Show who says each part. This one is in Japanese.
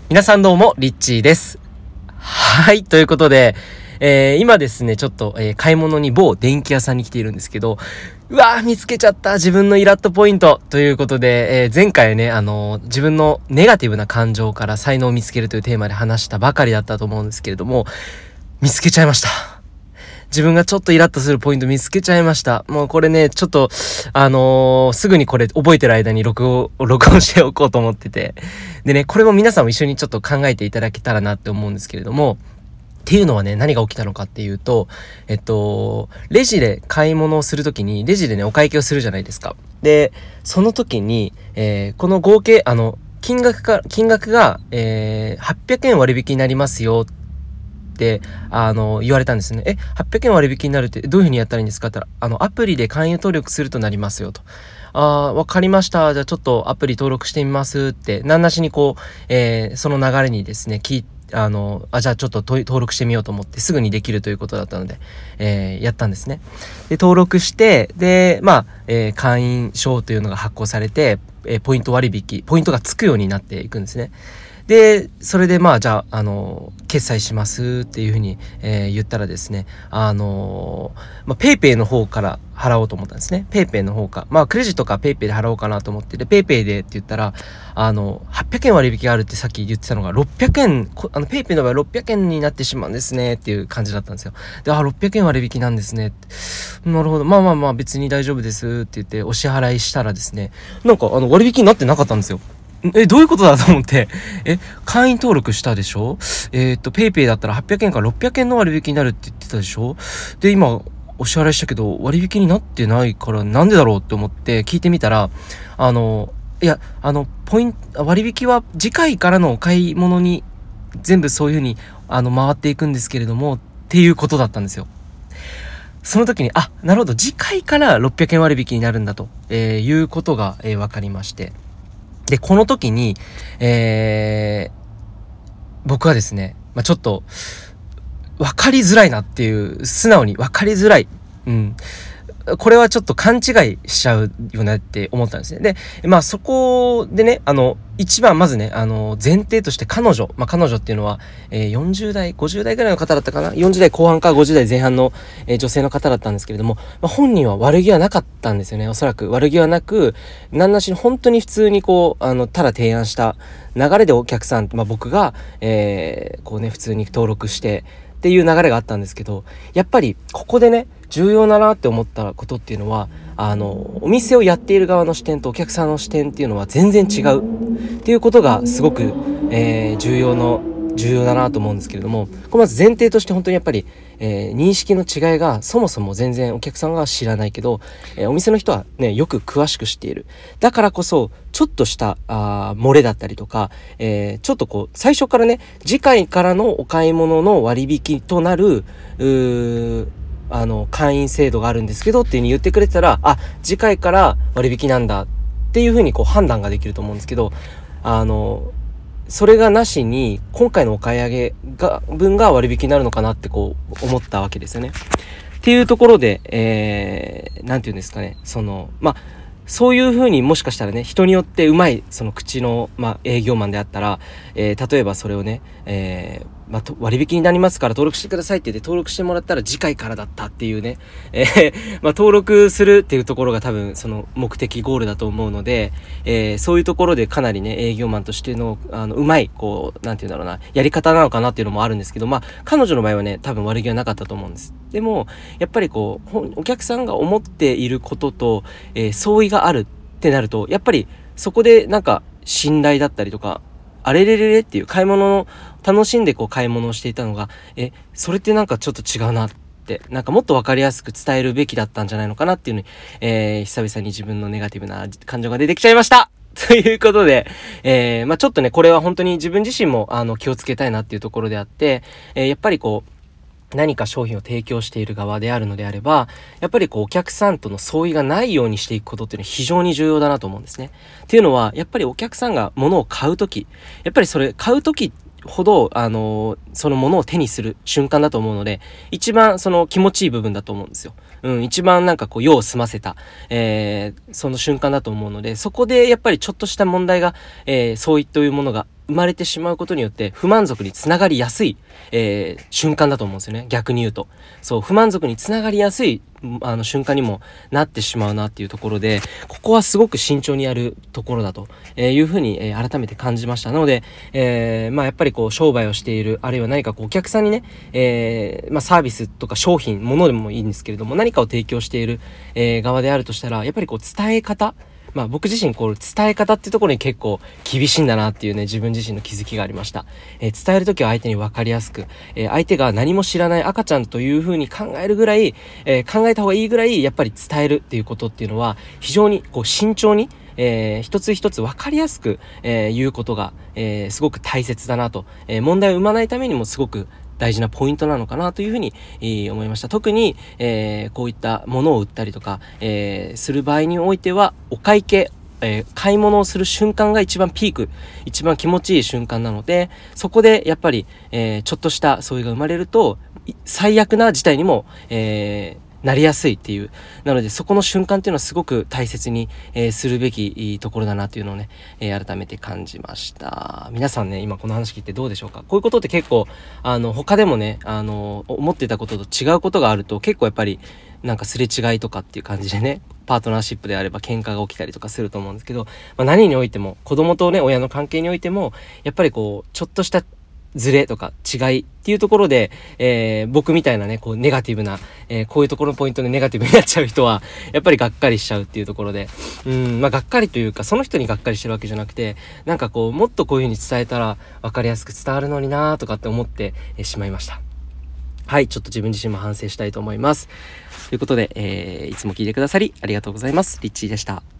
Speaker 1: 皆さんどうも、リッチーです。はい、ということで、今ですね、ちょっと、買い物に某電気屋さんに来ているんですけど、うわー、見つけちゃった、自分のイラッとポイントということで、前回ね、自分のネガティブな感情から才能を見つけるというテーマで話したばかりだったと思うんですけれども、見つけちゃいました。自分がちょっとイラッとするポイント見つけちゃいました。もうこれね、ちょっと、すぐにこれ覚えてる間に録音しておこうと思ってて。でね、これも皆さんも一緒にちょっと考えていただけたらなって思うんですけれども、っていうのはね、何が起きたのかっていうと、レジで買い物をするときに、レジでね、お会計をするじゃないですか。で、その時に、この合計、金額が、800円割引になりますよって言われたんですね。800円割引になるってどういう風にやったらいいんですかって言ったら、アプリで会員登録するとなりますよと。わかりました。じゃあちょっとアプリ登録してみますって、何なしにこう、その流れにですね、じゃあちょっと登録してみようと思ってすぐにできるということだったので、やったんですね。で、登録して、で、会員証というのが発行されて、ポイントがつくようになっていくんですね。で、それでじゃあ、決済しますっていうふうに、言ったらですね、ペイペイの方から払おうと思ったんですね。ペイペイの方か。クレジットかペイペイで払おうかなと思って、で、ペイペイでって言ったら、800円割引があるってさっき言ってたのが600円、ペイペイの場合600円になってしまうんですねっていう感じだったんですよ。で、600円割引なんですねって。なるほど。別に大丈夫ですって言ってお支払いしたらですね、なんか割引になってなかったんですよ。どういうことだと思って。会員登録したでしょ？ペイペイだったら800円から600円の割引になるって言ってたでしょ？で、今、お支払いしたけど、割引になってないからなんでだろうって思って聞いてみたら、割引は次回からのお買い物に全部そういう風に、回っていくんですけれども、っていうことだったんですよ。その時に、なるほど、次回から600円割引になるんだと、いうことが、分かりまして。で、この時に、僕はですね、ちょっと、分かりづらいなっていう、素直に分かりづらい。これはちょっと勘違いしちゃうよねって思ったんですね。で、そこでね、一番まずね、前提として彼女っていうのは、40代、50代ぐらいの方だったかな ?40 代後半か50代前半の、女性の方だったんですけれども、本人は悪気はなかったんですよね。おそらく悪気はなく、何なしに本当に普通にこう、ただ提案した流れでお客さん、僕が、こうね、普通に登録して、っていう流れがあったんですけど、やっぱりここでね、重要だなって思ったことっていうのは、お店をやっている側の視点とお客さんの視点っていうのは全然違うっていうことがすごく、重要だなと思うんですけれども、これまず前提として本当にやっぱり、認識の違いがそもそも全然お客さんが知らないけど、お店の人はね、よく詳しく知っている。だからこそちょっとした漏れだったりとか、ちょっとこう最初からね、次回からのお買い物の割引となる会員制度があるんですけどっていう風に言ってくれてたら、次回から割引なんだっていう風にこう判断ができると思うんですけど、それがなしに今回のお買い上げ分が割引になるのかなってこう思ったわけですよね。っていうところで、なんていうんですかね、そういう風にもしかしたらね、人によってうまいその口の、営業マンであったら、例えばそれをね、割引になりますから登録してくださいって言って登録してもらったら次回からだったっていうね、登録するっていうところが多分その目的ゴールだと思うので、そういうところでかなりね、営業マンとしてのうまいこうなんていうんだろうな、やり方なのかなっていうのもあるんですけど、彼女の場合はね、多分悪気はなかったと思うんです。でもやっぱりこうお客さんが思っていることと、相違があるってなると、やっぱりそこでなんか信頼だったりとか、あれれれれっていう買い物の楽しんでこう買い物をしていたのが、それってなんかちょっと違うなって、なんかもっと分かりやすく伝えるべきだったんじゃないのかなっていうのに、久々に自分のネガティブな感情が出てきちゃいましたということで、ちょっとね、これは本当に自分自身も気をつけたいなっていうところであって、やっぱりこう何か商品を提供している側であるのであれば、やっぱりこうお客さんとの相違がないようにしていくことっていうのは非常に重要だなと思うんですね。っていうのは、やっぱりお客さんが物を買うとき、やっぱりそれ買うときほどそのものを手にする瞬間だと思うので、一番その気持ちいい部分だと思うんですよ。一番なんかこう世を済ませた、その瞬間だと思うので、そこでやっぱりちょっとした問題が、そういったいうものが生まれてしまうことによって不満足につながりやすい、瞬間だと思うんですよね。逆に言うと。そう、不満足につながりやすい、瞬間にもなってしまうなっていうところで、ここはすごく慎重にやるところだというふうに、改めて感じました。なので、やっぱりこう商売をしている、あるいは何かこうお客さんにね、サービスとか商品、ものでもいいんですけれども、何かを提供している、側であるとしたら、やっぱりこう伝え方、僕自身こう伝え方っていうところに結構厳しいんだなっていうね、自分自身の気づきがありました。伝えるときは相手に分かりやすく、相手が何も知らない赤ちゃんという風に考えるぐらい、考えた方がいいぐらいやっぱり伝えるっていうことっていうのは非常にこう慎重に、一つ一つ分かりやすく、言うことが、すごく大切だなと、問題を生まないためにもすごく大事なポイントなのかなというふうに、思いました。特に、こういったものを売ったりとか、する場合においてはお会計、買い物をする瞬間が一番ピーク、一番気持ちいい瞬間なので、そこでやっぱり、ちょっとした相違が生まれると最悪な事態にも、なりやすいっていう。なのでそこの瞬間っていうのはすごく大切に、するべきところだなっていうのをね、改めて感じました。皆さんね、今この話聞いてどうでしょうか？こういうことって結構他でもね、思ってたことと違うことがあると結構やっぱりなんかすれ違いとかっていう感じでね、パートナーシップであれば喧嘩が起きたりとかすると思うんですけど、何においても子供とね親の関係においてもやっぱりこうちょっとしたズレとか違いっていうところで、僕みたいなねこうネガティブな、こういうところのポイントでネガティブになっちゃう人はやっぱりがっかりしちゃうっていうところで、がっかりというかその人にがっかりしてるわけじゃなくて、なんかこうもっとこういう風に伝えたら分かりやすく伝わるのになとかって思ってしまいました。はい、ちょっと自分自身も反省したいと思います。ということで、いつも聞いてくださりありがとうございます。リッチーでした。